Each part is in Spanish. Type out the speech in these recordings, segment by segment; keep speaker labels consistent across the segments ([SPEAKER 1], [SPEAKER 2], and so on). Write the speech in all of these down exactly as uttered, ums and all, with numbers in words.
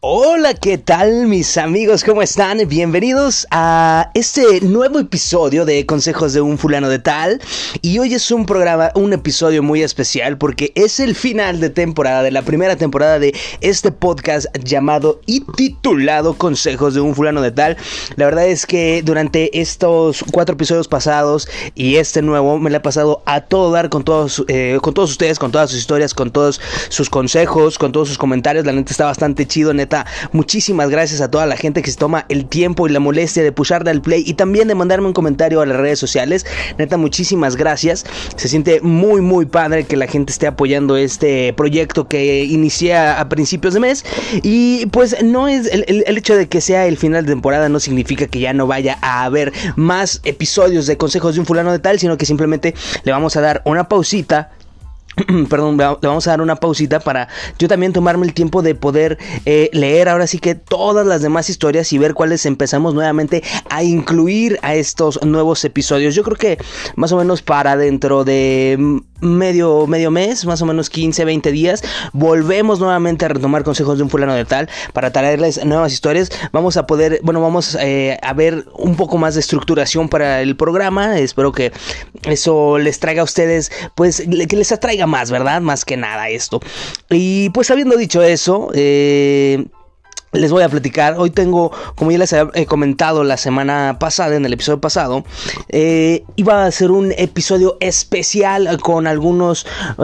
[SPEAKER 1] Hola, ¿qué tal mis amigos? ¿Cómo están? Bienvenidos a este nuevo episodio de Consejos de un Fulano de Tal. Y hoy es un programa, un episodio muy especial porque es el final de temporada, de la primera temporada de este podcast llamado y titulado Consejos de un Fulano de Tal. La verdad es que durante estos cuatro episodios pasados y este nuevo me la he pasado a todo dar con todos, eh, con todos ustedes, con todas sus historias, con todos sus consejos, con todos sus comentarios. La neta está bastante chido, neta. Muchísimas gracias a toda la gente que se toma el tiempo y la molestia de pusharle al play y también de mandarme un comentario a las redes sociales. Neta, muchísimas gracias. Se siente muy muy padre que la gente esté apoyando este proyecto que inicié a principios de mes. Y pues no es el, el, el hecho de que sea el final de temporada no significa que ya no vaya a haber más episodios de Consejos de un Fulano de Tal, sino que simplemente le vamos a dar una pausita. Perdón, le vamos a dar una pausita para yo también tomarme el tiempo de poder eh, leer ahora sí que todas las demás historias y ver cuáles empezamos nuevamente a incluir a estos nuevos episodios. Yo creo que más o menos para dentro de medio, medio mes, más o menos quince, veinte días, volvemos nuevamente a retomar Consejos de un Fulano de Tal para traerles nuevas historias. Vamos a poder, bueno, vamos eh, a ver un poco más de estructuración para el programa. Espero que eso les traiga a ustedes, pues, que les atraiga más, ¿verdad? Más que nada esto. Y pues habiendo dicho eso, eh... les voy a platicar. Hoy tengo, como ya les he comentado la semana pasada, en el episodio pasado, eh, iba a ser un episodio especial con algunos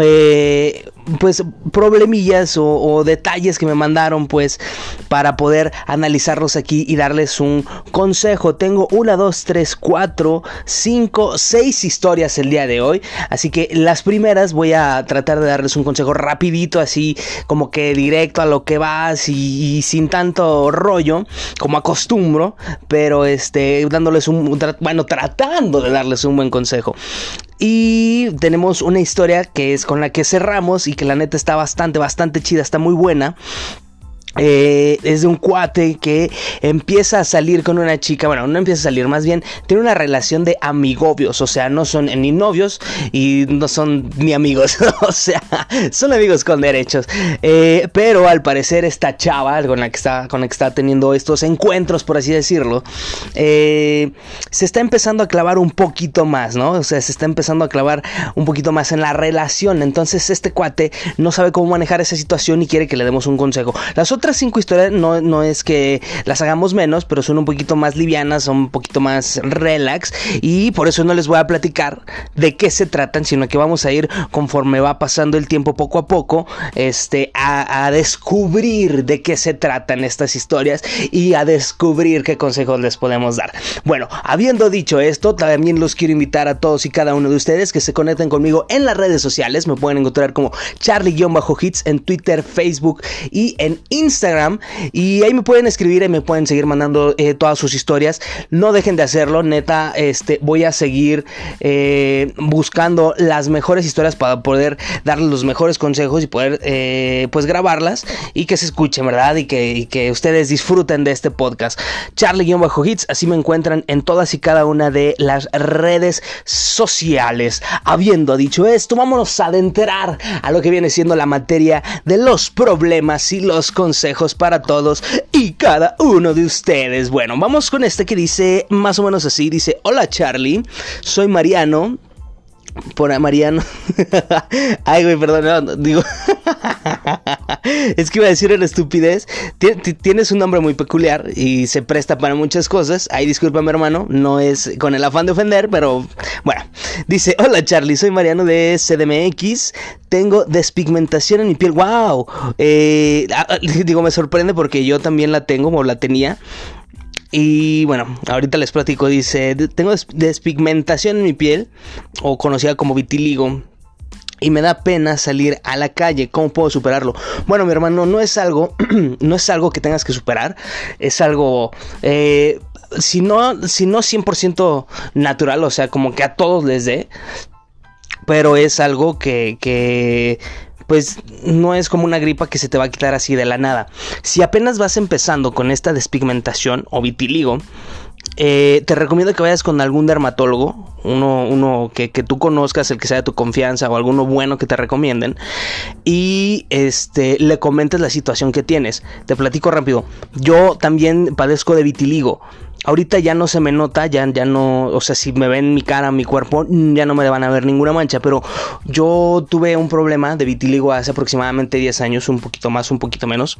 [SPEAKER 1] eh, pues problemillas o, o detalles que me mandaron, pues, para poder analizarlos aquí y darles un consejo. Tengo una, dos, tres, cuatro, cinco, seis historias el día de hoy, así que las primeras voy a tratar de darles un consejo rapidito, así como que directo a lo que vas y, y sin tanto rollo como acostumbro, pero este dándoles un tra- bueno tratando de darles un buen consejo. Y tenemos una historia que es con la que cerramos y que la neta está bastante bastante chida, está muy buena. Eh, es de un cuate que empieza a salir con una chica. Bueno, no empieza a salir, más bien tiene una relación de amigobios. O sea, no son ni novios y no son ni amigos. O sea, son amigos con derechos. eh, Pero al parecer esta chava con la que está, con la que está teniendo estos encuentros, por así decirlo, eh, se está empezando a clavar un poquito más, ¿no? O sea, se está empezando a clavar un poquito más en la relación. Entonces este cuate no sabe cómo manejar esa situación y quiere que le demos un consejo. Las otras Otras cinco historias no, no es que las hagamos menos, pero son un poquito más livianas, son un poquito más relax, y por eso no les voy a platicar de qué se tratan, sino que vamos a ir conforme va pasando el tiempo poco a poco, este, a, a descubrir de qué se tratan estas historias y a descubrir qué consejos les podemos dar. Bueno, habiendo dicho esto, también los quiero invitar a todos y cada uno de ustedes que se conecten conmigo en las redes sociales. Me pueden encontrar como Charlie-Hits en Twitter, Facebook y en Instagram. Instagram, y ahí me pueden escribir y me pueden seguir mandando eh, todas sus historias. No dejen de hacerlo, neta. Este, voy a seguir eh, buscando las mejores historias para poder darles los mejores consejos y poder eh, pues grabarlas y que se escuchen, ¿verdad? Y que, y que ustedes disfruten de este podcast. Charlie-Hits, así me encuentran en todas y cada una de las redes sociales. Habiendo dicho esto, vámonos a adentrar a lo que viene siendo la materia de los problemas y los consejos para todos y cada uno de ustedes. Bueno, vamos con este que dice más o menos así. Dice: hola Charlie, soy Mariano. Por Mariano. Ay, güey, perdón, no, no, digo. Es que iba a decir una estupidez. Tienes un nombre muy peculiar y se presta para muchas cosas. Ay, discúlpame, hermano, no es con el afán de ofender, pero bueno. Dice: hola Charlie, soy Mariano de C D M X. Tengo despigmentación en mi piel. Wow. eh, Digo, me sorprende porque yo también la tengo, o la tenía. Y bueno, ahorita les platico. Dice: tengo despigmentación en mi piel, o conocida como vitiligo, y me da pena salir a la calle. ¿Cómo puedo superarlo? Bueno, mi hermano, no es algo no es algo que tengas que superar. Es algo eh, si no, si no cien por ciento natural, o sea, como que a todos les dé, pero es algo que, que pues no es como una gripa que se te va a quitar así de la nada. Si apenas vas empezando con esta despigmentación o vitiligo, Eh, te recomiendo que vayas con algún dermatólogo, uno, uno que, que tú conozcas, el que sea de tu confianza o alguno bueno que te recomienden, y este, le comentes la situación que tienes. Te platico rápido, yo también padezco de vitiligo. Ahorita ya no se me nota, ya, ya no, o sea, si me ven mi cara, mi cuerpo, ya no me van a ver ninguna mancha, pero yo tuve un problema de vitiligo hace aproximadamente diez años, un poquito más, un poquito menos.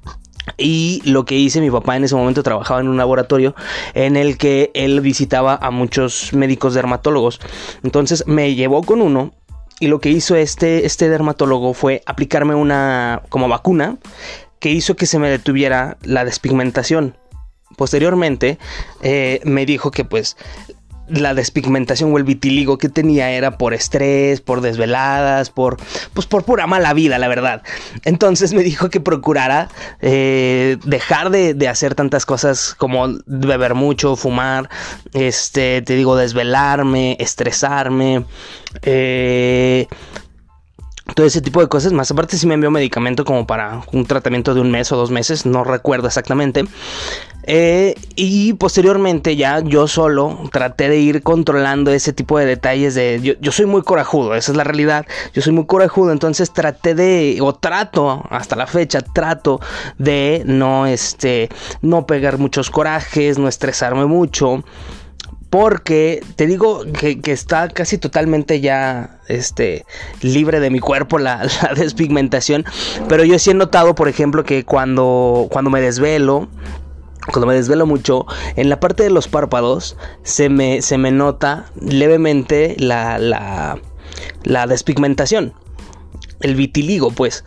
[SPEAKER 1] Y lo que hice, mi papá en ese momento trabajaba en un laboratorio en el que él visitaba a muchos médicos dermatólogos. Entonces me llevó con uno y lo que hizo este, este dermatólogo fue aplicarme una como vacuna que hizo que se me detuviera la despigmentación. Posteriormente eh, me dijo que pues la despigmentación o el vitiligo que tenía era por estrés, por desveladas, por pues por pura mala vida, la verdad. Entonces me dijo que procurara eh, dejar de, de hacer tantas cosas como beber mucho, fumar, este, te digo, desvelarme, estresarme, eh... todo ese tipo de cosas. Más aparte sí me envió medicamento como para un tratamiento de un mes o dos meses, no recuerdo exactamente. Eh, y posteriormente ya yo solo traté de ir controlando ese tipo de detalles de... Yo, yo soy muy corajudo, esa es la realidad. Yo soy muy corajudo, entonces traté de... O trato, hasta la fecha, trato de no, este, no pegar muchos corajes, no estresarme mucho. Porque te digo que, que está casi totalmente ya este, libre de mi cuerpo la, la despigmentación. Pero yo sí he notado, por ejemplo, que cuando, cuando me desvelo, cuando me desvelo mucho, en la parte de los párpados se me, se me nota levemente la, la, la despigmentación. El vitiligo, pues.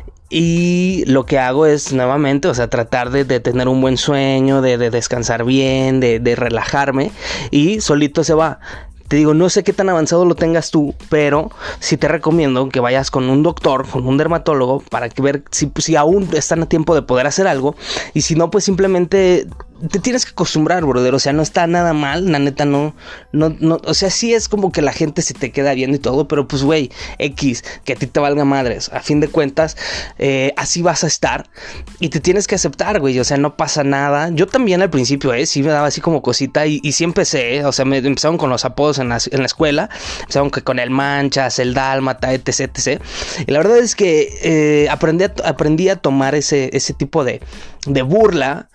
[SPEAKER 1] Y lo que hago es nuevamente, o sea, tratar de, de tener un buen sueño, de, de descansar bien, de, de relajarme, y solito se va. Te digo, no sé qué tan avanzado lo tengas tú, pero sí te recomiendo que vayas con un doctor, con un dermatólogo, para que ver si, si aún están a tiempo de poder hacer algo. Y si no, pues simplemente te tienes que acostumbrar, brother. O sea, no está nada mal, la neta no, no, no, o sea, sí es como que la gente se te queda viendo y todo, pero pues, güey, X, que a ti te valga madres. A fin de cuentas, eh, así vas a estar y te tienes que aceptar, güey. O sea, no pasa nada. Yo también al principio, eh, sí me daba así como cosita y, y sí empecé, eh, o sea, me empezaron con los apodos en la, en la escuela, empezaron que con el Manchas, el Dálmata, etc, etc. Y la verdad es que eh, aprendí, a, aprendí a tomar ese, ese tipo de, de burla.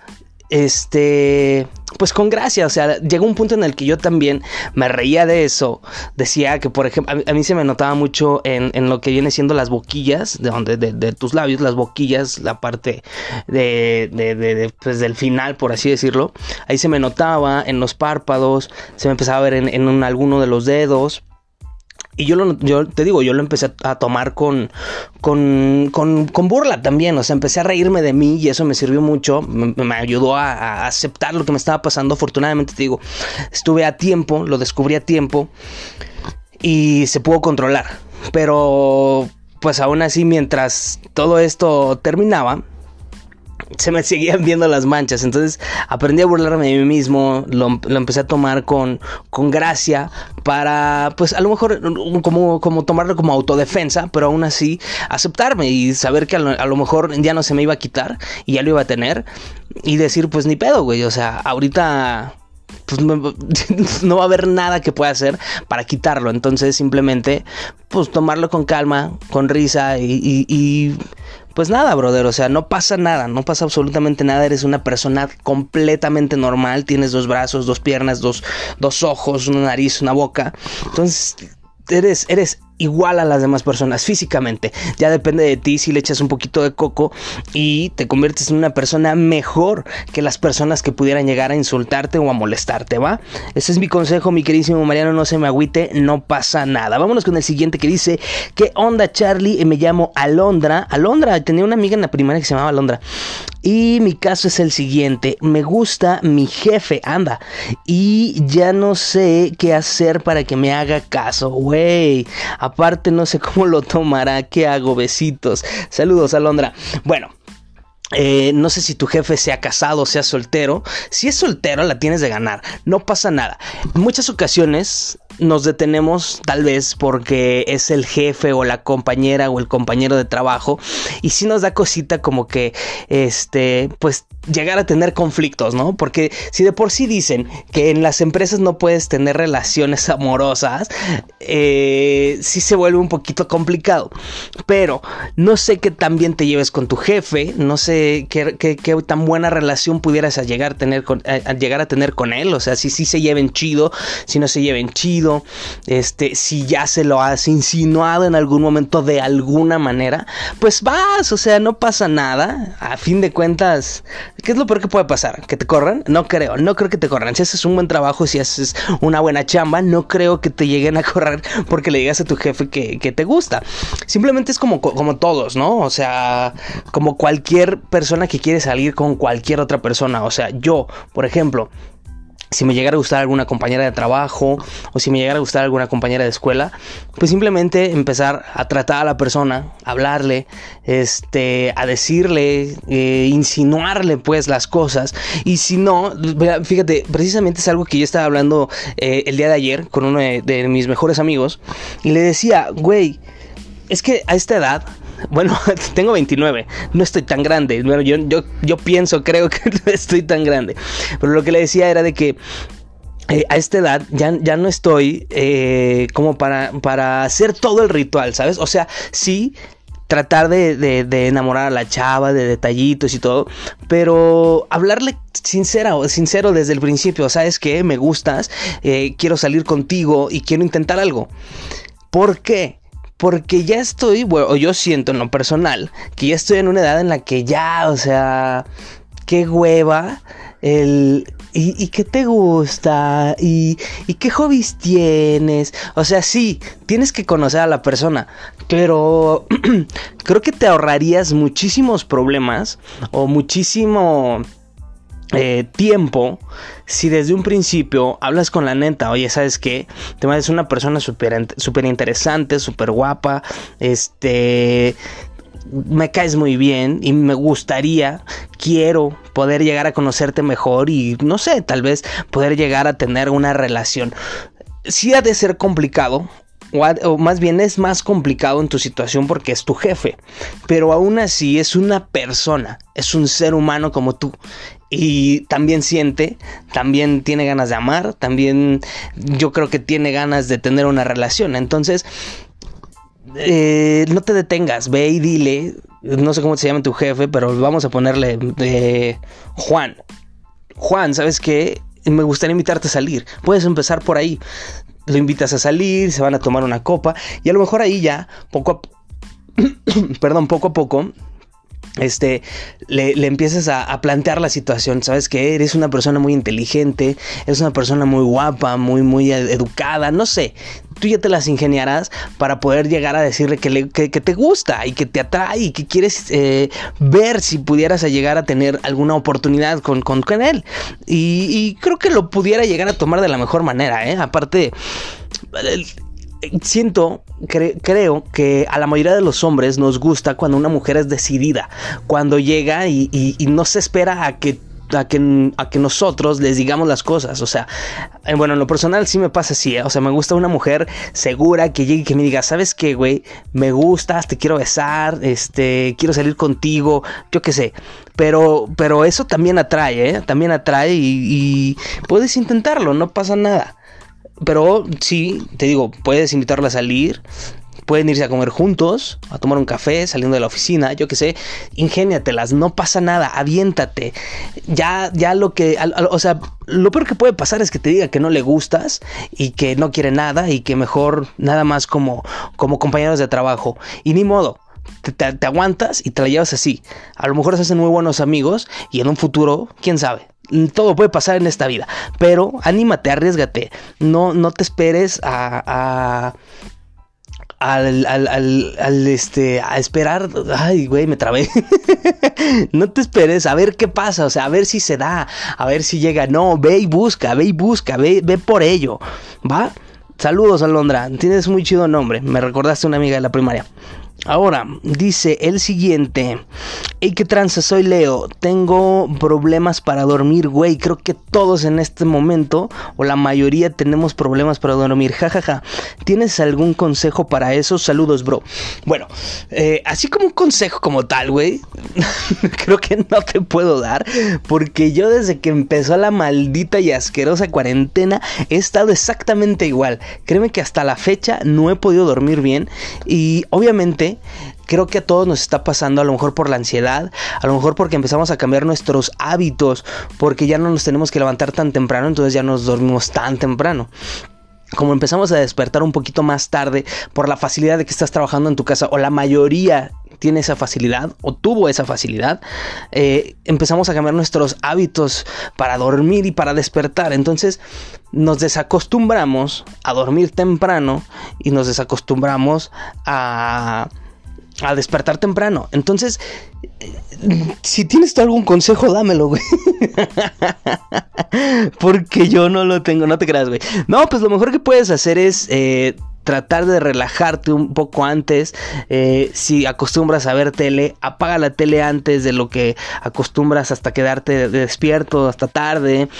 [SPEAKER 1] Este, pues con gracia, o sea, llegó un punto en el que yo también me reía de eso. Decía que, por ejemplo, a, a mí se me notaba mucho en, en lo que viene siendo las boquillas de, donde, de, de tus labios, las boquillas, la parte de, de, de, de pues del final, por así decirlo. Ahí se me notaba en los párpados, se me empezaba a ver en, en un, alguno de los dedos. Y yo, lo, yo te digo, yo lo empecé a tomar con, con, con, con burla también. O sea, empecé a reírme de mí y eso me sirvió mucho. Me, me ayudó a, a aceptar lo que me estaba pasando. Afortunadamente, te digo, estuve a tiempo, lo descubrí a tiempo y se pudo controlar. Pero, pues aún así, mientras todo esto terminaba, se me seguían viendo las manchas. Entonces aprendí a burlarme de mí mismo. Lo, lo empecé a tomar con, con gracia. Para, pues a lo mejor como, como tomarlo como autodefensa. Pero aún así aceptarme y saber que a lo, a lo mejor ya no se me iba a quitar. Y ya lo iba a tener. Y decir, pues ni pedo, güey. O sea, ahorita pues no, no va a haber nada que pueda hacer para quitarlo. Entonces simplemente pues tomarlo con calma, con risa y, y, y pues nada, brother, o sea, no pasa nada, no pasa absolutamente nada. Eres una persona completamente normal, tienes dos brazos, dos piernas, dos, dos ojos, una nariz, una boca. Entonces eres, eres igual a las demás personas físicamente. Ya depende de ti si le echas un poquito de coco y te conviertes en una persona mejor que las personas que pudieran llegar a insultarte o a molestarte, ¿va? Ese es mi consejo, mi queridísimo Mariano, no se me agüite, no pasa nada. Vámonos con el siguiente que dice: ¿qué onda, Charlie? Me llamo Alondra. Alondra, tenía una amiga en la primaria que se llamaba Alondra. Y mi caso es el siguiente: me gusta mi jefe, anda, y ya no sé qué hacer para que me haga caso, güey. Aparte no sé cómo lo tomará. ¿Qué hago? Besitos. Saludos, Alondra. Bueno, Eh, no sé si tu jefe sea casado o sea soltero. Si es soltero, la tienes de ganar. No pasa nada. En muchas ocasiones nos detenemos tal vez porque es el jefe o la compañera o el compañero de trabajo. Y si nos da cosita como que, este, pues llegar a tener conflictos, ¿no? Porque si de por sí dicen que en las empresas no puedes tener relaciones amorosas, eh, sí se vuelve un poquito complicado. Pero no sé qué tan bien te lleves con tu jefe, no sé qué, qué, qué tan buena relación pudieras a llegar, a tener con, a, a llegar a tener con él, o sea, si sí se lleven chido, si no se lleven chido, este, si ya se lo has insinuado en algún momento de alguna manera, pues vas, o sea, no pasa nada, a fin de cuentas, ¿qué es lo peor que puede pasar? ¿Que te corran? No creo, no creo que te corran, si haces un buen trabajo, si haces una buena chamba, no creo que te lleguen a correr porque le digas a tu jefe que, que te gusta, simplemente es como, como todos, ¿no? O sea, como cualquier persona que quiere salir con cualquier otra persona, o sea, yo, por ejemplo, si me llegara a gustar alguna compañera de trabajo o si me llegara a gustar alguna compañera de escuela, pues simplemente empezar a tratar a la persona, a hablarle, este, a decirle, eh, insinuarle pues las cosas. Y si no, fíjate, precisamente es algo que yo estaba hablando eh, el día de ayer con uno de, de mis mejores amigos y le decía, güey, es que a esta edad, bueno, tengo veintinueve, no estoy tan grande, bueno, yo, yo, yo pienso, creo que no estoy tan grande, pero lo que le decía era de que eh, a esta edad ya, ya no estoy eh, como para, para hacer todo el ritual, ¿sabes? O sea, sí, tratar de, de, de enamorar a la chava, de detallitos y todo, pero hablarle sincera, sincero desde el principio, ¿sabes qué? Me gustas, eh, quiero salir contigo y quiero intentar algo. ¿Por qué? Porque ya estoy, bueno, o yo siento en lo personal, que ya estoy en una edad en la que ya, o sea, qué hueva, el... ¿Y, y qué te gusta? ¿Y, ¿Y qué hobbies tienes? O sea, sí, tienes que conocer a la persona, pero creo que te ahorrarías muchísimos problemas o muchísimo... Eh, tiempo si desde un principio hablas con la neta. Oye, ¿sabes qué? Te me haces una persona súper súper interesante, súper guapa, este, me caes muy bien y me gustaría, quiero poder llegar a conocerte mejor y no sé, tal vez poder llegar a tener una relación. Sí ha de ser complicado, o, a, o más bien es más complicado en tu situación porque es tu jefe, pero aún así es una persona, es un ser humano como tú. Y también siente, también tiene ganas de amar, también yo creo que tiene ganas de tener una relación. Entonces, eh, no te detengas, ve y dile, no sé cómo se llama tu jefe, pero vamos a ponerle eh, Juan. Juan, ¿sabes qué? Me gustaría invitarte a salir. Puedes empezar por ahí. Lo invitas a salir, se van a tomar una copa y a lo mejor ahí ya, poco a... perdón, poco a poco... Este, le, le empiezas a, a plantear la situación. Sabes que eres una persona muy inteligente, eres una persona muy guapa, muy, muy educada, no sé. Tú ya te las ingeniarás para poder llegar a decirle que, le, que, que te gusta y que te atrae y que quieres eh, ver si pudieras a llegar a tener alguna oportunidad con, con, con él. Y, y creo que lo pudiera llegar a tomar de la mejor manera, ¿eh? Aparte... El, Siento, cre- creo que a la mayoría de los hombres nos gusta cuando una mujer es decidida, cuando llega y, y, y no se espera a que, a, que, a que nosotros les digamos las cosas. O sea, eh, bueno, en lo personal sí me pasa así, ¿eh? O sea, me gusta una mujer segura que llegue y que me diga, ¿sabes qué, güey? Me gustas, te quiero besar, este, quiero salir contigo, yo qué sé. Pero, pero eso también atrae, ¿eh? También atrae y, y puedes intentarlo, no pasa nada. Pero sí, te digo, puedes invitarla a salir, pueden irse a comer juntos, a tomar un café, saliendo de la oficina, yo qué sé, ingéniatelas, no pasa nada, aviéntate. Ya, ya lo que, o sea, lo peor que puede pasar es que te diga que no le gustas y que no quiere nada y que mejor nada más como, como compañeros de trabajo. Y ni modo. Te, te, te aguantas y te la llevas así. A lo mejor se hacen muy buenos amigos y en un futuro, quién sabe. Todo puede pasar en esta vida, pero anímate, arriésgate, no, no te esperes a, a al, al, al, al este, a esperar, ay güey, me trabé, no te esperes a ver qué pasa, o sea, a ver si se da, a ver si llega, no, ve y busca, ve y busca, ve, ve por ello, ¿va? Saludos, Alondra, tienes muy chido nombre, me recordaste a una amiga de la primaria. Ahora, dice el siguiente, Hey, qué tranza, soy Leo. Tengo problemas para dormir, güey. Creo que todos en este momento, o la mayoría, tenemos problemas para dormir. Jajaja. Ja, ja. ¿Tienes algún consejo para eso? Saludos, bro. Bueno, eh, así como un consejo como tal, güey, creo que no te puedo dar, porque yo desde que empezó la maldita y asquerosa cuarentena he estado exactamente igual. Créeme que hasta la fecha no he podido dormir bien y obviamente creo que a todos nos está pasando, a lo mejor por la ansiedad, a lo mejor porque empezamos a cambiar nuestros hábitos, porque ya no nos tenemos que levantar tan temprano, entonces ya nos dormimos tan temprano. Como empezamos a despertar un poquito más tarde por la facilidad de que estás trabajando en tu casa, o la mayoría tiene esa facilidad o tuvo esa facilidad, eh, empezamos a cambiar nuestros hábitos para dormir y para despertar. Entonces nos desacostumbramos a dormir temprano y nos desacostumbramos a... a despertar temprano. Entonces, si tienes tú algún consejo, dámelo, güey. Porque yo no lo tengo, no te creas, güey. No, pues lo mejor que puedes hacer es eh, tratar de relajarte un poco antes. Eh, si acostumbras a ver tele, apaga la tele antes de lo que acostumbras hasta quedarte despierto hasta tarde.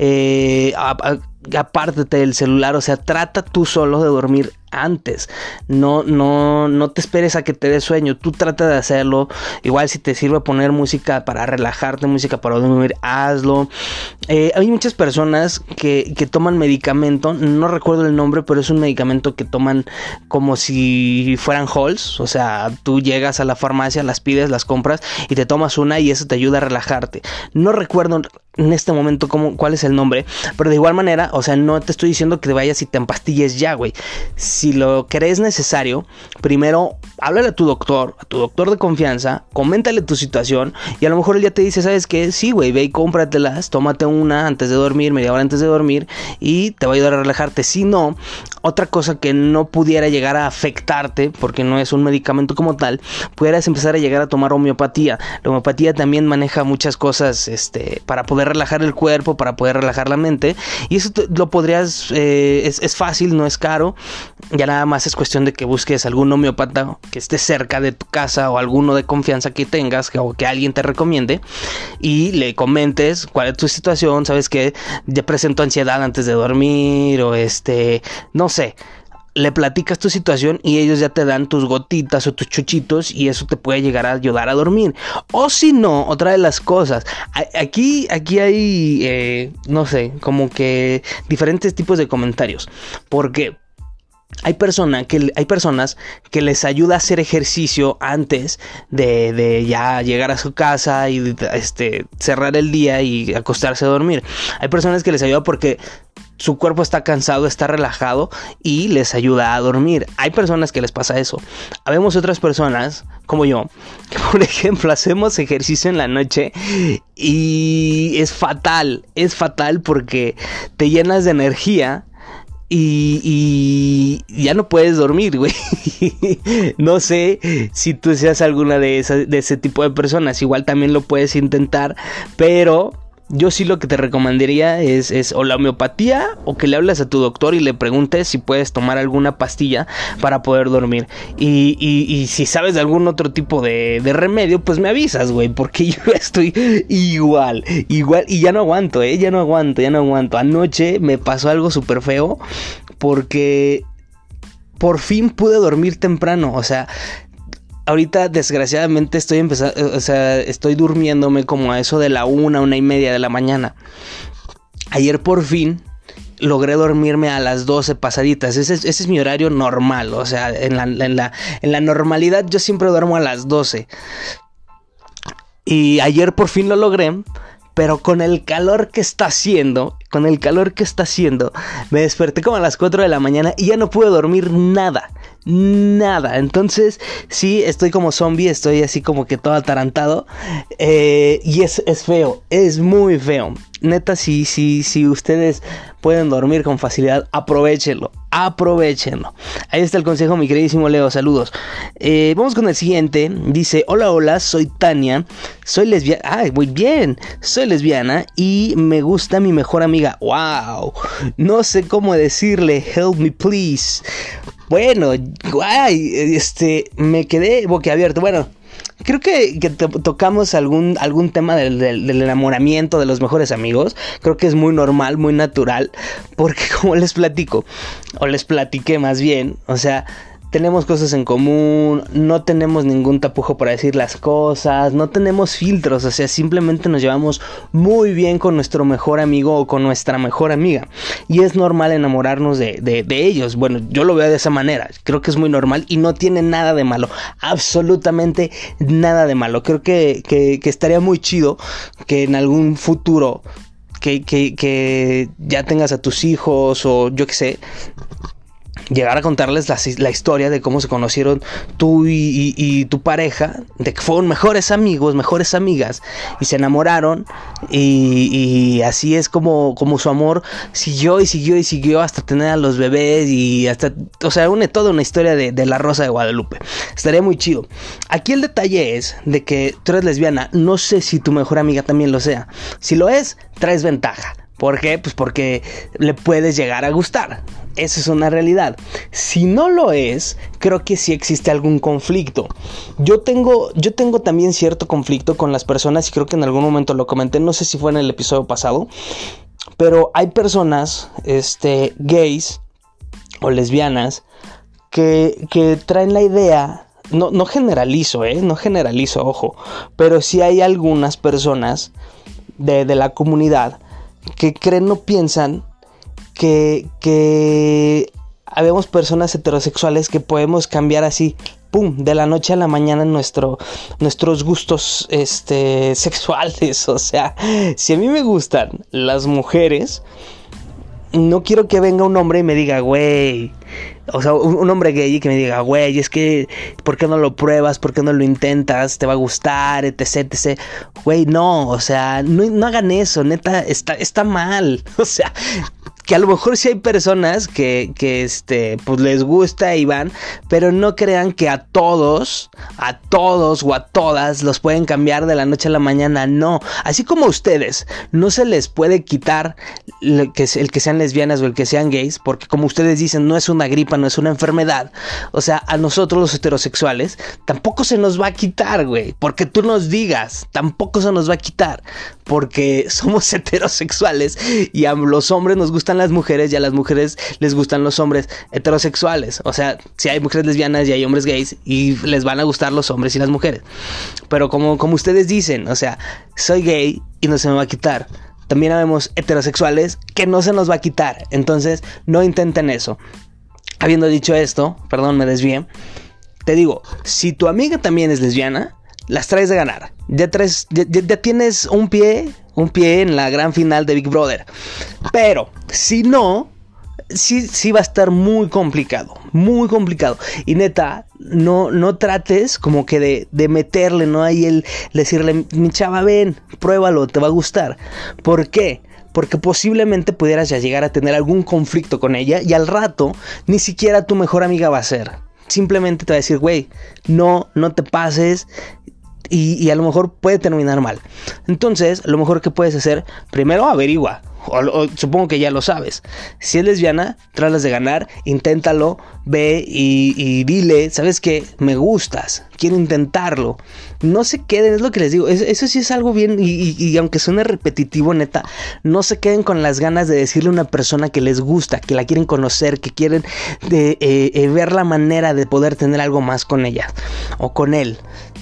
[SPEAKER 1] Eh, a, a, apártate del celular, o sea, trata tú solo de dormir antes. No, no, no te esperes a que te dé sueño. Tú trata de hacerlo. Igual si te sirve poner música para relajarte, música para dormir, hazlo. Eh, hay muchas personas que, que toman medicamento. No recuerdo el nombre, pero es un medicamento que toman como si fueran Halls. O sea, tú llegas a la farmacia, las pides, las compras y te tomas una y eso te ayuda a relajarte. No recuerdo en este momento cómo, cuál es el nombre, pero de igual manera, o sea, no te estoy diciendo que te vayas y te empastilles ya, güey. Si lo crees necesario, primero háblale a tu doctor, a tu doctor de confianza, coméntale tu situación y a lo mejor él ya te dice, ¿sabes qué? Sí, güey, ve y cómpratelas, tómate una antes de dormir, media hora antes de dormir y te va a ayudar a relajarte. Si no, otra cosa que no pudiera llegar a afectarte, porque no es un medicamento como tal, pudieras empezar a llegar a tomar homeopatía. La homeopatía también maneja muchas cosas este, para poder relajar el cuerpo, para poder relajar la mente, y eso te, lo podrías, eh, es, es fácil, no es caro, ya nada más es cuestión de que busques algún homeópata que esté cerca de tu casa o alguno de confianza que tengas que, o que alguien te recomiende y le comentes cuál es tu situación. Sabes que ya presento ansiedad antes de dormir o este, no sé, le platicas tu situación y ellos ya te dan tus gotitas o tus chuchitos y eso te puede llegar a ayudar a dormir. O si no, otra de las cosas, aquí, aquí hay, eh, no sé, como que diferentes tipos de comentarios, porque Hay, persona que, hay personas que les ayuda a hacer ejercicio antes de, de ya llegar a su casa y este, cerrar el día y acostarse a dormir. Hay personas que les ayuda porque su cuerpo está cansado, está relajado y les ayuda a dormir. Hay personas que les pasa eso. Habemos otras personas, como yo, que por ejemplo hacemos ejercicio en la noche y es fatal. Es fatal porque te llenas de energía Y, y ya no puedes dormir, güey. No sé si tú seas alguna de, esas, de ese tipo de personas. Igual también lo puedes intentar, pero yo sí lo que te recomendaría es, es o la homeopatía o que le hables a tu doctor y le preguntes si puedes tomar alguna pastilla para poder dormir. Y, y, y si sabes de algún otro tipo de, de remedio, pues me avisas, güey, porque yo estoy igual, igual. Y ya no aguanto, eh, ya no aguanto, ya no aguanto. Anoche me pasó algo súper feo porque por fin pude dormir temprano, o sea... Ahorita desgraciadamente estoy empezando, o sea, estoy durmiéndome como a eso de la una, una y media de la mañana. Ayer por fin logré dormirme a las doce pasaditas. Ese es, ese es mi horario normal, o sea, en la, en la, en la normalidad yo siempre duermo a las doce. Y ayer por fin lo logré, pero con el calor que está haciendo, con el calor que está haciendo, me desperté como a las cuatro de la mañana y ya no pude dormir nada. Nada, entonces sí, estoy como zombie, estoy así como que todo atarantado, eh, y es, es feo, es muy feo. Neta, si, si, si ustedes pueden dormir con facilidad, aprovechenlo, aprovechenlo. Ahí está el consejo, mi queridísimo Leo, saludos. Eh, vamos con el siguiente, dice, hola, hola, soy Tania, soy lesbiana, ay, muy bien, soy lesbiana y me gusta mi mejor amiga, wow, no sé cómo decirle, help me please. Bueno, guay, este, me quedé boquiabierto. Bueno, creo que, que to- tocamos algún, algún tema del, del, del enamoramiento de los mejores amigos. Creo que es muy normal, muy natural, porque como les platico, o les platiqué más bien, o sea, tenemos cosas en común, no tenemos ningún tapujo para decir las cosas, no tenemos filtros, o sea, simplemente nos llevamos muy bien con nuestro mejor amigo o con nuestra mejor amiga. Y es normal enamorarnos de, de, de ellos. Bueno, yo lo veo de esa manera, creo que es muy normal y no tiene nada de malo, absolutamente nada de malo. Creo que, que, que estaría muy chido que en algún futuro que, que, que ya tengas a tus hijos o yo qué sé, llegar a contarles la, la historia de cómo se conocieron tú y, y, y tu pareja, de que fueron mejores amigos, mejores amigas y se enamoraron y, y así es como, como su amor siguió y siguió y siguió hasta tener a los bebés y hasta, o sea, une toda una historia de, de la Rosa de Guadalupe. Estaría muy chido. Aquí el detalle es de que tú eres lesbiana, no sé si tu mejor amiga también lo sea. Si lo es, traes ventaja. ¿Por qué? Pues porque le puedes llegar a gustar. Esa es una realidad. Si no lo es, creo que sí existe algún conflicto. Yo tengo, yo tengo también cierto conflicto con las personas y creo que en algún momento lo comenté. No sé si fue en el episodio pasado, pero hay personas, este, gays o lesbianas que, que traen la idea. No, no generalizo, ¿eh? No generalizo, ojo. Pero sí hay algunas personas de, de la comunidad que creen o piensan que, que habemos personas heterosexuales que podemos cambiar así, pum, de la noche a la mañana nuestro, nuestros gustos este, sexuales. O sea, si a mí me gustan las mujeres, no quiero que venga un hombre y me diga, güey, o sea, un, un hombre gay y que me diga, güey, es que, ¿por qué no lo pruebas? ¿Por qué no lo intentas? ¿Te va a gustar? Etc, etc. Güey, no, o sea, no, no hagan eso, neta, está, está mal. O sea, que a lo mejor sí hay personas que, que este, pues les gusta y van, pero no crean que a todos, a todos o a todas los pueden cambiar de la noche a la mañana, no. Así como a ustedes, no se les puede quitar el que, el que sean lesbianas o el que sean gays, porque como ustedes dicen, no es una gripa, no es una enfermedad. O sea, a nosotros los heterosexuales tampoco se nos va a quitar, güey, porque tú nos digas, tampoco se nos va a quitar, porque somos heterosexuales y a los hombres nos gustan las mujeres y a las mujeres les gustan los hombres heterosexuales. O sea, si hay mujeres lesbianas y hay hombres gays y les van a gustar los hombres y las mujeres. Pero como, como ustedes dicen, o sea, soy gay y no se me va a quitar. También habemos heterosexuales que no se nos va a quitar. Entonces, no intenten eso. Habiendo dicho esto, perdón, me desvié. Te digo, si tu amiga también es lesbiana, las traes de ganar. Ya, traes, ya, ya, ya tienes un pie, un pie en la gran final de Big Brother. Pero, si no, sí, sí va a estar muy complicado. Muy complicado. Y neta, no, no trates como que de, de meterle, ¿no? Ahí el decirle, mi chava, ven, pruébalo, te va a gustar. ¿Por qué? Porque posiblemente pudieras ya llegar a tener algún conflicto con ella y al rato ni siquiera tu mejor amiga va a ser. Simplemente te va a decir, güey, no, no te pases y, y a lo mejor puede terminar mal. Entonces, lo mejor que puedes hacer, primero averigua. O, o, supongo que ya lo sabes. Si es lesbiana, trátalas de ganar, inténtalo, ve y, y dile, ¿sabes qué? Me gustas, quiero intentarlo. No se queden, es lo que les digo, eso, eso sí es algo bien, y, y, y aunque suene repetitivo, neta, no se queden con las ganas de decirle a una persona que les gusta, que la quieren conocer, que quieren de, eh, eh, ver la manera de poder tener algo más con ella o con él.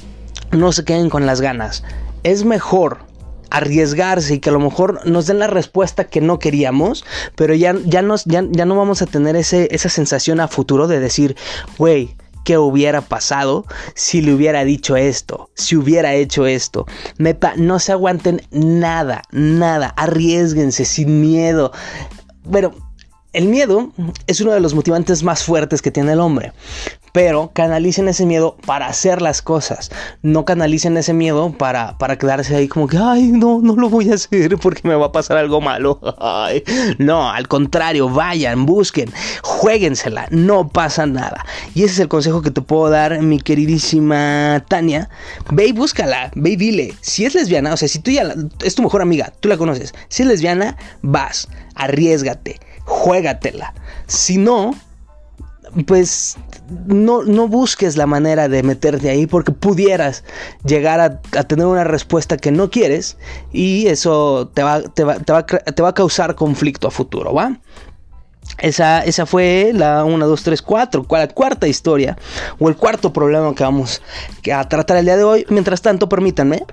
[SPEAKER 1] No se queden con las ganas. Es mejor arriesgarse y que a lo mejor nos den la respuesta que no queríamos, pero ya, ya, nos, ya, ya no vamos a tener ese, esa sensación a futuro de decir, güey, ¿qué hubiera pasado si le hubiera dicho esto? Si hubiera hecho esto. Neta, no se aguanten nada, nada, arriésguense sin miedo. Bueno, el miedo es uno de los motivantes más fuertes que tiene el hombre. Pero canalicen ese miedo para hacer las cosas. No canalicen ese miedo para, para quedarse ahí como que, ay, no, no lo voy a hacer porque me va a pasar algo malo. Ay, no, al contrario, vayan, busquen, juéguensela, no pasa nada. Y ese es el consejo que te puedo dar, mi queridísima Tania. Ve y búscala, ve y dile. Si es lesbiana, o sea, si tú ya la, es tu mejor amiga, tú la conoces. Si es lesbiana, vas, arriésgate, juégatela. Si no, pues no, no busques la manera de meterte ahí, porque pudieras llegar a, a tener una respuesta que no quieres, y eso te va, te va, te va, te va a causar conflicto a futuro, ¿va? Esa, esa fue la uno, dos, tres, cuatro, la cuarta historia, o el cuarto problema que vamos a tratar el día de hoy. Mientras tanto, permítanme.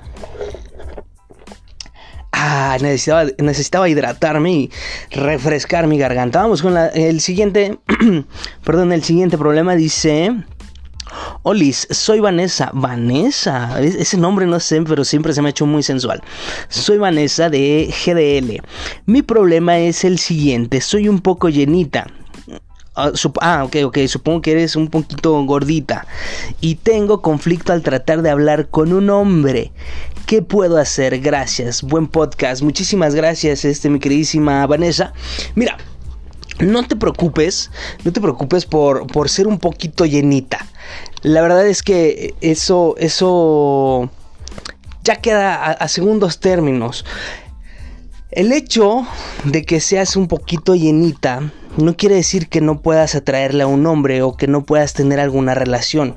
[SPEAKER 1] Ah, necesitaba, necesitaba hidratarme y refrescar mi garganta. Vamos con la, el siguiente. Perdón, el siguiente problema dice: Olis, soy Vanessa. Vanessa, ese nombre no sé, pero siempre se me ha hecho muy sensual. Soy Vanessa de G D L. Mi problema es el siguiente: soy un poco llenita. Uh, sup- ah, ok, ok, supongo que eres un poquito gordita. Y tengo conflicto al tratar de hablar con un hombre. ¿Qué puedo hacer? Gracias, buen podcast. Muchísimas gracias, este, mi queridísima Vanessa. Mira, no te preocupes, no te preocupes por, por ser un poquito llenita. La verdad es que eso, eso ya queda a, a segundos términos. El hecho de que seas un poquito llenita no quiere decir que no puedas atraerle a un hombre o que no puedas tener alguna relación.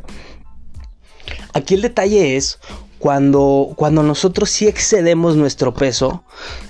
[SPEAKER 1] Aquí el detalle es cuando, cuando nosotros sí excedemos nuestro peso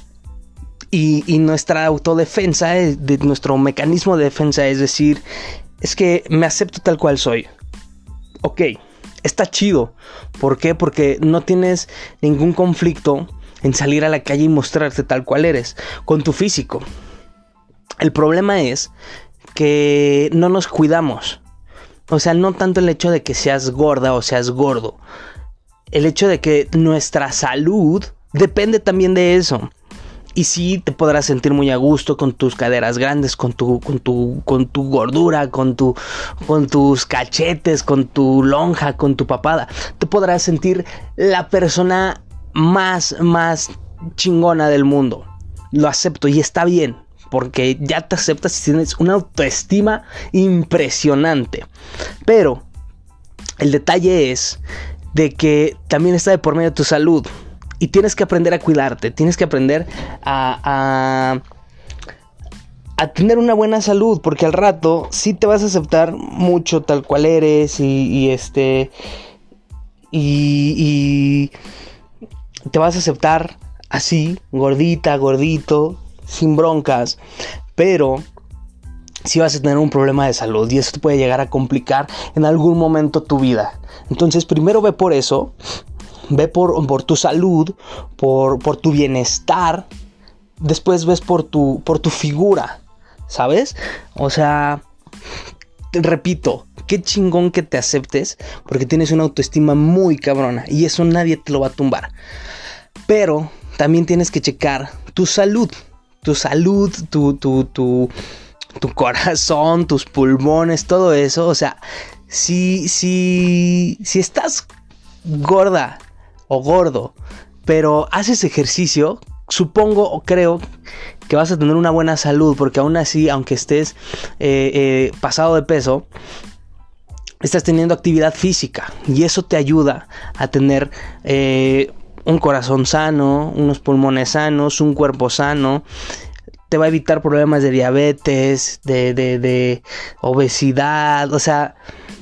[SPEAKER 1] y, y nuestra autodefensa, de nuestro mecanismo de defensa, es decir, es que me acepto tal cual soy. Ok, está chido. ¿Por qué? Porque no tienes ningún conflicto en salir a la calle y mostrarte tal cual eres, con tu físico. El problema es que no nos cuidamos. O sea, no tanto el hecho de que seas gorda o seas gordo. El hecho de que nuestra salud depende también de eso. Y sí, te podrás sentir muy a gusto con tus caderas grandes, con tu, con tu, con tu gordura, con tu, con tus cachetes, con tu lonja, con tu papada. Te podrás sentir la persona más, más chingona del mundo. Lo acepto y está bien, porque ya te aceptas y tienes una autoestima impresionante. Pero el detalle es de que también está de por medio de tu salud. Y tienes que aprender a cuidarte, tienes que aprender a, a, a tener una buena salud, porque al rato sí te vas a aceptar mucho tal cual eres y, y este y, y te vas a aceptar así, gordita, gordito, sin broncas, pero sí vas a tener un problema de salud y eso te puede llegar a complicar en algún momento tu vida. Entonces primero ve por eso. Ve por, por tu salud, por, por tu bienestar. Después ves por tu, por tu figura, ¿sabes? O sea, te repito, qué chingón que te aceptes, porque tienes una autoestima muy cabrona y eso nadie te lo va a tumbar. Pero también tienes que checar tu salud, tu salud, tu, tu, tu, tu corazón, tus pulmones, todo eso. O sea, si, si, si estás gorda o gordo, pero haces ejercicio, supongo o creo que vas a tener una buena salud, porque aún así, aunque estés eh, eh, pasado de peso, estás teniendo actividad física y eso te ayuda a tener eh, un corazón sano, unos pulmones sanos, un cuerpo sano. Te va a evitar problemas de diabetes, de, de, de obesidad, o sea.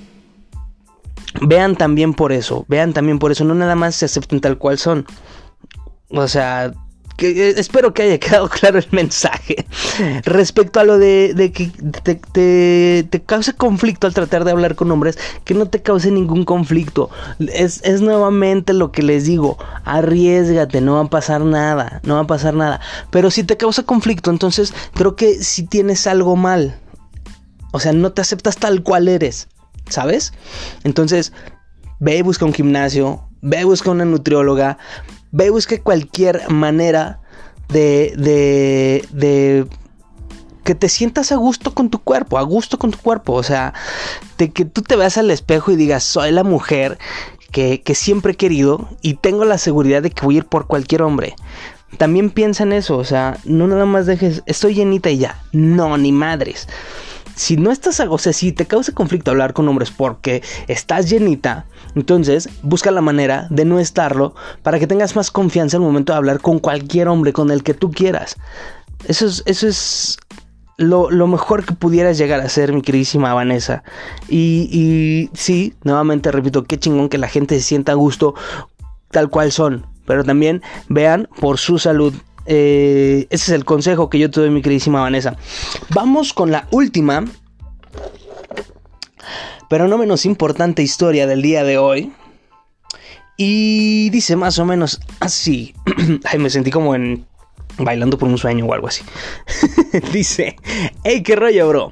[SPEAKER 1] Vean también por eso, vean también por eso, no nada más se acepten tal cual son. O sea, que, espero que haya quedado claro el mensaje. Respecto a lo de, de que te, te, te cause conflicto al tratar de hablar con hombres, que no te cause ningún conflicto. Es, es nuevamente lo que les digo, arriésgate, no va a pasar nada, no va a pasar nada. Pero si te causa conflicto, entonces creo que si tienes algo mal. O sea, no te aceptas tal cual eres, ¿sabes? Entonces, ve y busca un gimnasio, ve y busca una nutrióloga, ve y busca cualquier manera de, de, de que te sientas a gusto con tu cuerpo, a gusto con tu cuerpo. O sea, de que tú te veas al espejo y digas, soy la mujer que, que siempre he querido y tengo la seguridad de que voy a ir por cualquier hombre. También piensa en eso, o sea, no nada más dejes, estoy llenita y ya. No, ni madres. Si no estás, o sea, si te causa conflicto hablar con hombres porque estás llenita, entonces busca la manera de no estarlo para que tengas más confianza al momento de hablar con cualquier hombre, con el que tú quieras. Eso es, eso es lo, lo mejor que pudieras llegar a ser, mi queridísima Vanessa. Y, y sí, nuevamente repito, qué chingón que la gente se sienta a gusto tal cual son, pero también vean por su salud. Eh, ese es el consejo que yo te doy, mi queridísima Vanessa. Vamos con la última, pero no menos importante historia del día de hoy. Y dice más o menos así. Ay, me sentí como en bailando por un sueño o algo así. Dice: hey, qué rollo, bro.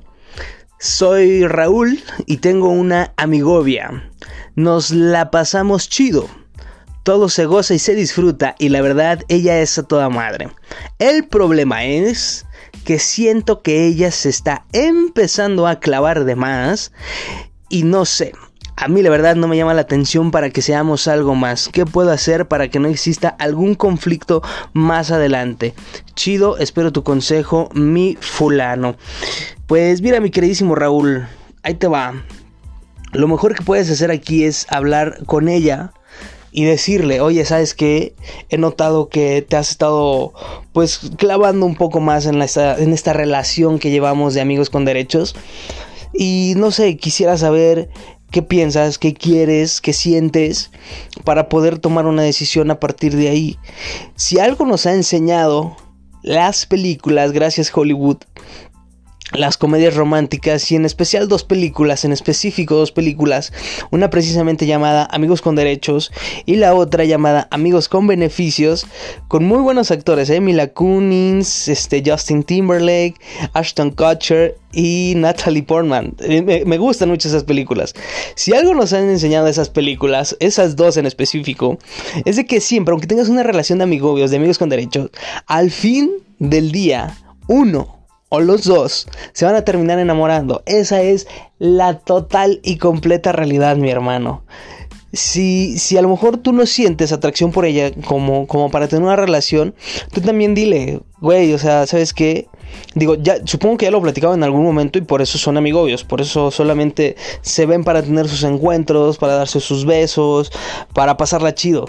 [SPEAKER 1] Soy Raúl y tengo una amigovia. Nos la pasamos chido. Todo se goza y se disfruta, y la verdad, ella es a toda madre. El problema es que siento que ella se está empezando a clavar de más, y no sé, a mí la verdad no me llama la atención para que seamos algo más. ¿Qué puedo hacer para que no exista algún conflicto más adelante? Chido, espero tu consejo, mi fulano. Pues mira, mi queridísimo Raúl, ahí te va. Lo mejor que puedes hacer aquí es hablar con ella y decirle: oye, ¿sabes qué? He notado que te has estado pues clavando un poco más en, la, en esta relación que llevamos de amigos con derechos. Y no sé, quisiera saber qué piensas, qué quieres, qué sientes para poder tomar una decisión a partir de ahí. Si algo nos ha enseñado las películas, gracias Hollywood, las comedias románticas, y en especial dos películas, en específico dos películas, una precisamente llamada Amigos con Derechos y la otra llamada Amigos con Beneficios, con muy buenos actores, ¿eh? Mila Kunis, este, Justin Timberlake, Ashton Kutcher y Natalie Portman. Me, me gustan mucho esas películas. Si algo nos han enseñado esas películas, esas dos en específico, es de que siempre, aunque tengas una relación de amigobios, de amigos con derechos, al fin del día, uno o los dos se van a terminar enamorando. Esa es la total y completa realidad, mi hermano. Si, si a lo mejor tú no sientes atracción por ella como, como para tener una relación, tú también dile: güey, o sea, ¿sabes qué? Digo, ya supongo que ya lo platicaba en algún momento y por eso son amigobios, por eso solamente se ven para tener sus encuentros, para darse sus besos, para pasarla chido.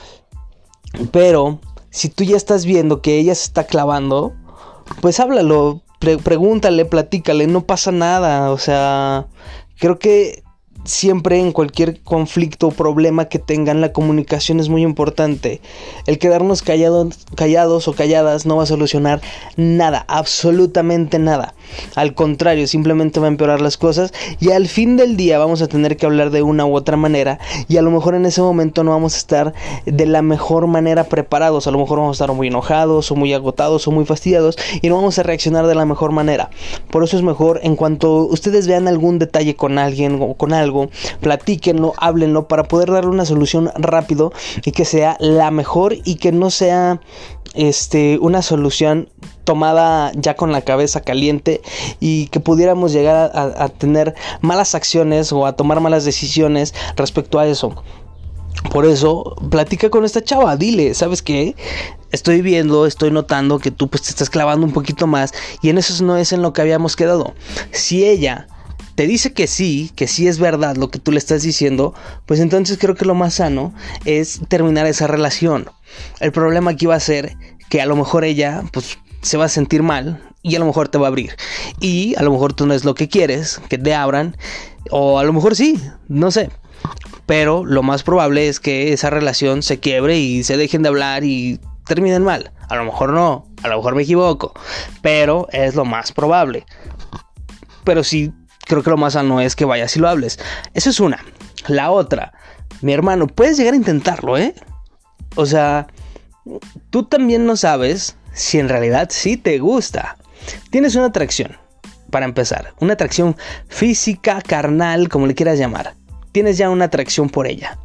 [SPEAKER 1] Pero si tú ya estás viendo que ella se está clavando, pues háblalo. Pre- pregúntale, platícale, no pasa nada. O sea, creo que siempre en cualquier conflicto o problema que tengan, la comunicación es muy importante. El quedarnos callados, callados o calladas no va a solucionar nada, absolutamente nada. Al contrario, simplemente va a empeorar las cosas y al fin del día vamos a tener que hablar de una u otra manera, y a lo mejor en ese momento no vamos a estar de la mejor manera preparados. A lo mejor vamos a estar muy enojados o muy agotados o muy fastidiados y no vamos a reaccionar de la mejor manera. Por eso es mejor, en cuanto ustedes vean algún detalle con alguien o con algo, platíquenlo, háblenlo para poder darle una solución rápido y que sea la mejor, y que no sea este una solución tomada ya con la cabeza caliente y que pudiéramos llegar a, a tener malas acciones o a tomar malas decisiones respecto a eso. Por eso, platica con esta chava, dile: ¿sabes qué? Estoy viendo, estoy notando que tú pues te estás clavando un poquito más, y en eso no es en lo que habíamos quedado. Si ella te dice que sí, que sí es verdad lo que tú le estás diciendo, pues entonces creo que lo más sano es terminar esa relación. El problema aquí va a ser que a lo mejor ella pues se va a sentir mal y a lo mejor te va a abrir. Y a lo mejor tú no es lo que quieres, que te abran, o a lo mejor sí, no sé. Pero lo más probable es que esa relación se quiebre y se dejen de hablar y terminen mal. A lo mejor no, a lo mejor me equivoco, pero es lo más probable. Pero sí, creo que lo más sano es que vayas y lo hables. Esa es una. La otra, mi hermano, puedes llegar a intentarlo, ¿eh? O sea, tú también no sabes si en realidad sí te gusta. Tienes una atracción, para empezar. Una atracción física, carnal, como le quieras llamar. Tienes ya una atracción por ella.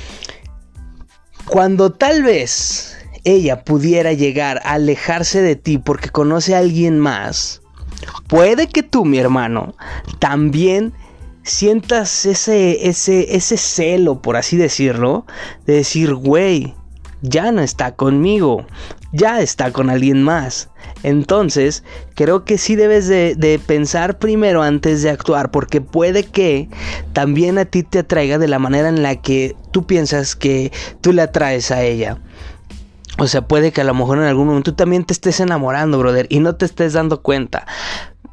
[SPEAKER 1] Cuando tal vez ella pudiera llegar a alejarse de ti porque conoce a alguien más, puede que tú, mi hermano, también sientas ese, ese, ese celo, por así decirlo, de decir: güey, ya no está conmigo, ya está con alguien más. Entonces, creo que sí debes de, de pensar primero antes de actuar, porque puede que también a ti te atraiga de la manera en la que tú piensas que tú le atraes a ella. O sea, puede que a lo mejor en algún momento tú también te estés enamorando, brother, y no te estés dando cuenta.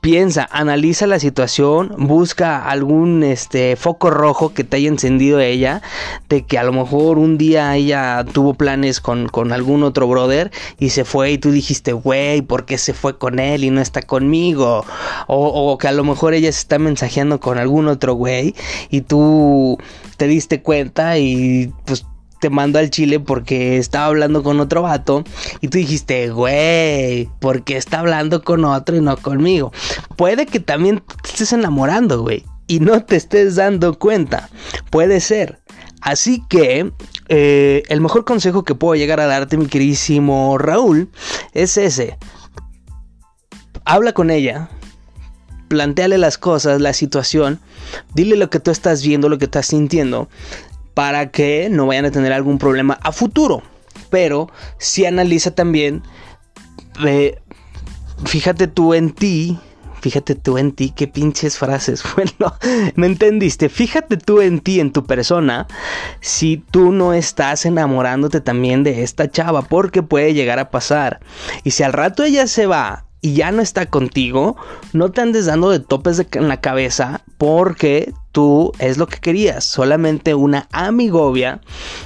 [SPEAKER 1] piensa, analiza la situación, busca algún este foco rojo que te haya encendido ella, de que a lo mejor un día ella tuvo planes con, con algún otro brother y se fue y tú dijiste, güey, ¿por qué se fue con él y no está conmigo? O, o que a lo mejor ella se está mensajeando con algún otro güey y tú te diste cuenta y pues te mandó al chile porque estaba hablando con otro vato y tú dijiste, güey, ¿por qué está hablando con otro y no conmigo? Puede que también te estés enamorando, güey, y no te estés dando cuenta. Puede ser. Así que eh, el mejor consejo que puedo llegar a darte, mi queridísimo Raúl, es ese. Habla con ella. Plantéale las cosas, la situación. Dile lo que tú estás viendo, lo que estás sintiendo, para que no vayan a tener algún problema a futuro. Pero si analiza también, eh, fíjate tú en ti, fíjate tú en ti, qué pinches frases, bueno, ¿me entendiste? Fíjate tú en ti, en tu persona, si tú no estás enamorándote también de esta chava, porque puede llegar a pasar. Y si al rato ella se va y ya no está contigo, no te andes dando de topes de, en la cabeza, porque tú es lo que querías, solamente una amigovia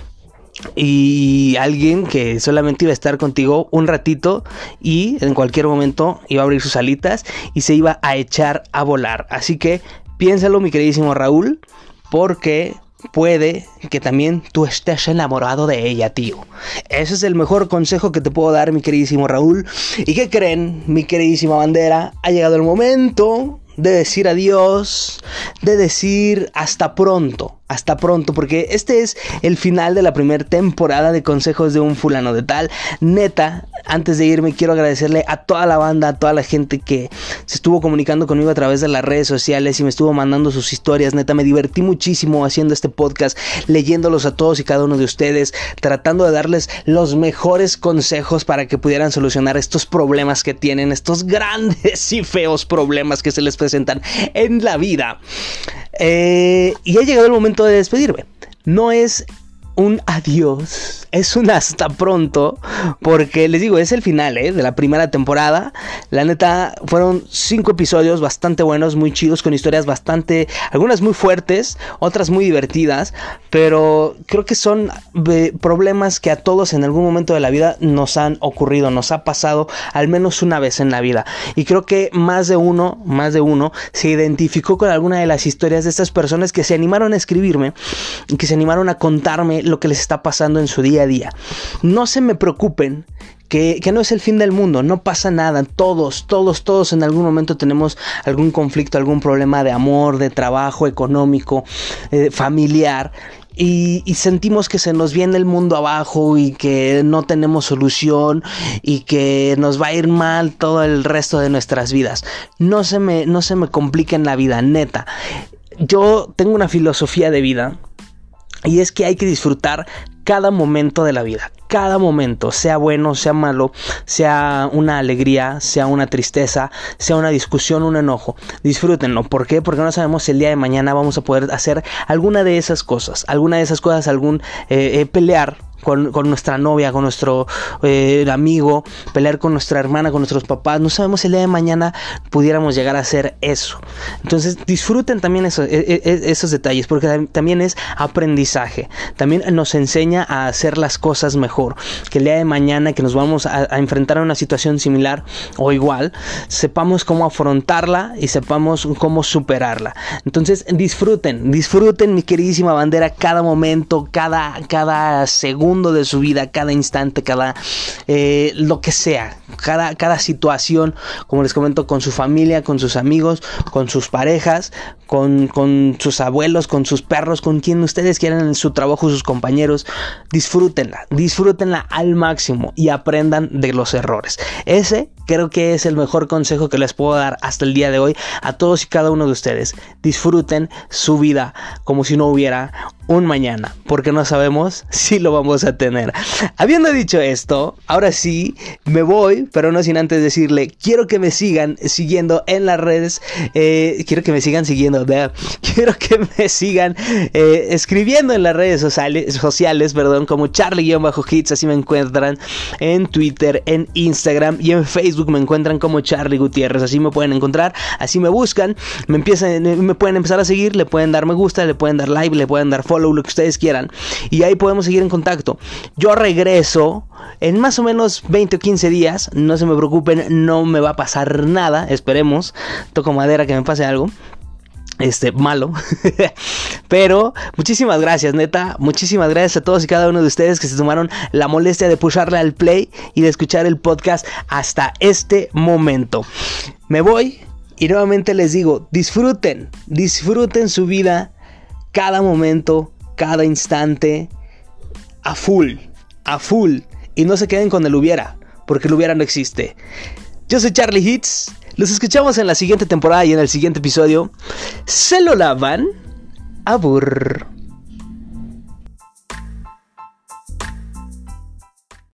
[SPEAKER 1] y alguien que solamente iba a estar contigo un ratito y en cualquier momento iba a abrir sus alitas y se iba a echar a volar. Así que piénsalo, mi queridísimo Raúl, porque puede que también tú estés enamorado de ella, tío. Ese es el mejor consejo que te puedo dar, mi queridísimo Raúl. ¿Y qué creen, mi queridísima bandera? Ha llegado el momento de decir adiós, de decir hasta pronto. Hasta pronto, porque este es el final de la primera temporada de Consejos de un Fulano de Tal. Neta, antes de irme quiero agradecerle a toda la banda, a toda la gente que se estuvo comunicando conmigo a través de las redes sociales y me estuvo mandando sus historias. Neta, me divertí muchísimo haciendo este podcast, leyéndolos a todos y cada uno de ustedes, tratando de darles los mejores consejos para que pudieran solucionar estos problemas que tienen, estos grandes y feos problemas que se les presentan en la vida. Eh, y ha llegado el momento de despedirme. No es un adiós, es un hasta pronto, porque les digo, es el final ¿eh? de la primera temporada. La neta, fueron cinco episodios bastante buenos, muy chidos, con historias bastante, algunas muy fuertes, otras muy divertidas, pero creo que son eh, problemas que a todos en algún momento de la vida nos han ocurrido, nos ha pasado al menos una vez en la vida, y creo que más de uno, más de uno se identificó con alguna de las historias de estas personas que se animaron a escribirme y que se animaron a contarme lo que les está pasando en su día a día. No se me preocupen, que, que no es el fin del mundo, no pasa nada. Todos, todos, todos en algún momento tenemos algún conflicto, algún problema de amor, de trabajo, económico, eh, familiar. Y, y sentimos que se nos viene el mundo abajo y que no tenemos solución y que nos va a ir mal todo el resto de nuestras vidas. No se me, no se me compliquen la vida, neta. Yo tengo una filosofía de vida. Y es que hay que disfrutar cada momento de la vida, cada momento, sea bueno, sea malo, sea una alegría, sea una tristeza, sea una discusión, un enojo. Disfrútenlo. ¿Por qué? Porque no sabemos si el día de mañana vamos a poder hacer alguna de esas cosas, alguna de esas cosas, algún eh, eh, pelear con, con nuestra novia, con nuestro eh, amigo, pelear con nuestra hermana, con nuestros papás. No sabemos si el día de mañana pudiéramos llegar a hacer eso. Entonces disfruten también eso, eh, eh, esos detalles, porque también es aprendizaje. También nos enseña a hacer las cosas mejor. Que el día de mañana que nos vamos a, a enfrentar a una situación similar o igual, sepamos cómo afrontarla y sepamos cómo superarla. Entonces disfruten, disfruten, mi queridísima bandera, cada momento, cada, cada segundo de su vida, cada instante, cada eh, lo que sea, cada, cada situación, como les comento, con su familia, con sus amigos, con sus parejas, con, con sus abuelos, con sus perros, con quien ustedes quieran en su trabajo, sus compañeros. Disfrútenla, disfrútenla al máximo y aprendan de los errores. Ese creo que es el mejor consejo que les puedo dar hasta el día de hoy a todos y cada uno de ustedes. Disfruten su vida como si no hubiera un mañana, porque no sabemos si lo vamos a tener. Habiendo dicho esto, ahora sí me voy, pero no sin antes decirle, quiero que me sigan siguiendo en las redes, eh, quiero que me sigan siguiendo, ¿verdad? quiero que me sigan eh, escribiendo en las redes sociales, sociales, perdón, como Charlie-Hits, así me encuentran en Twitter, en Instagram y en Facebook me encuentran como Charlie Gutiérrez, así me pueden encontrar, así me buscan, me empiezan, me pueden empezar a seguir, le pueden dar me gusta, le pueden dar like, le pueden dar follow, lo que ustedes quieran, y ahí podemos seguir en contacto. Yo regreso en más o menos veinte o quince días, no se me preocupen, no me va a pasar nada, esperemos, toco madera que me pase algo Este, malo. Pero muchísimas gracias, neta. Muchísimas gracias a todos y cada uno de ustedes que se tomaron la molestia de pusharle al play y de escuchar el podcast hasta este momento. Me voy y nuevamente les digo, disfruten, disfruten su vida, cada momento, cada instante, a full, a full. Y no se queden con el hubiera, porque el hubiera no existe. Yo soy Charlie Hits. Los escuchamos en la siguiente temporada y en el siguiente episodio. Se lo lavan. Abur.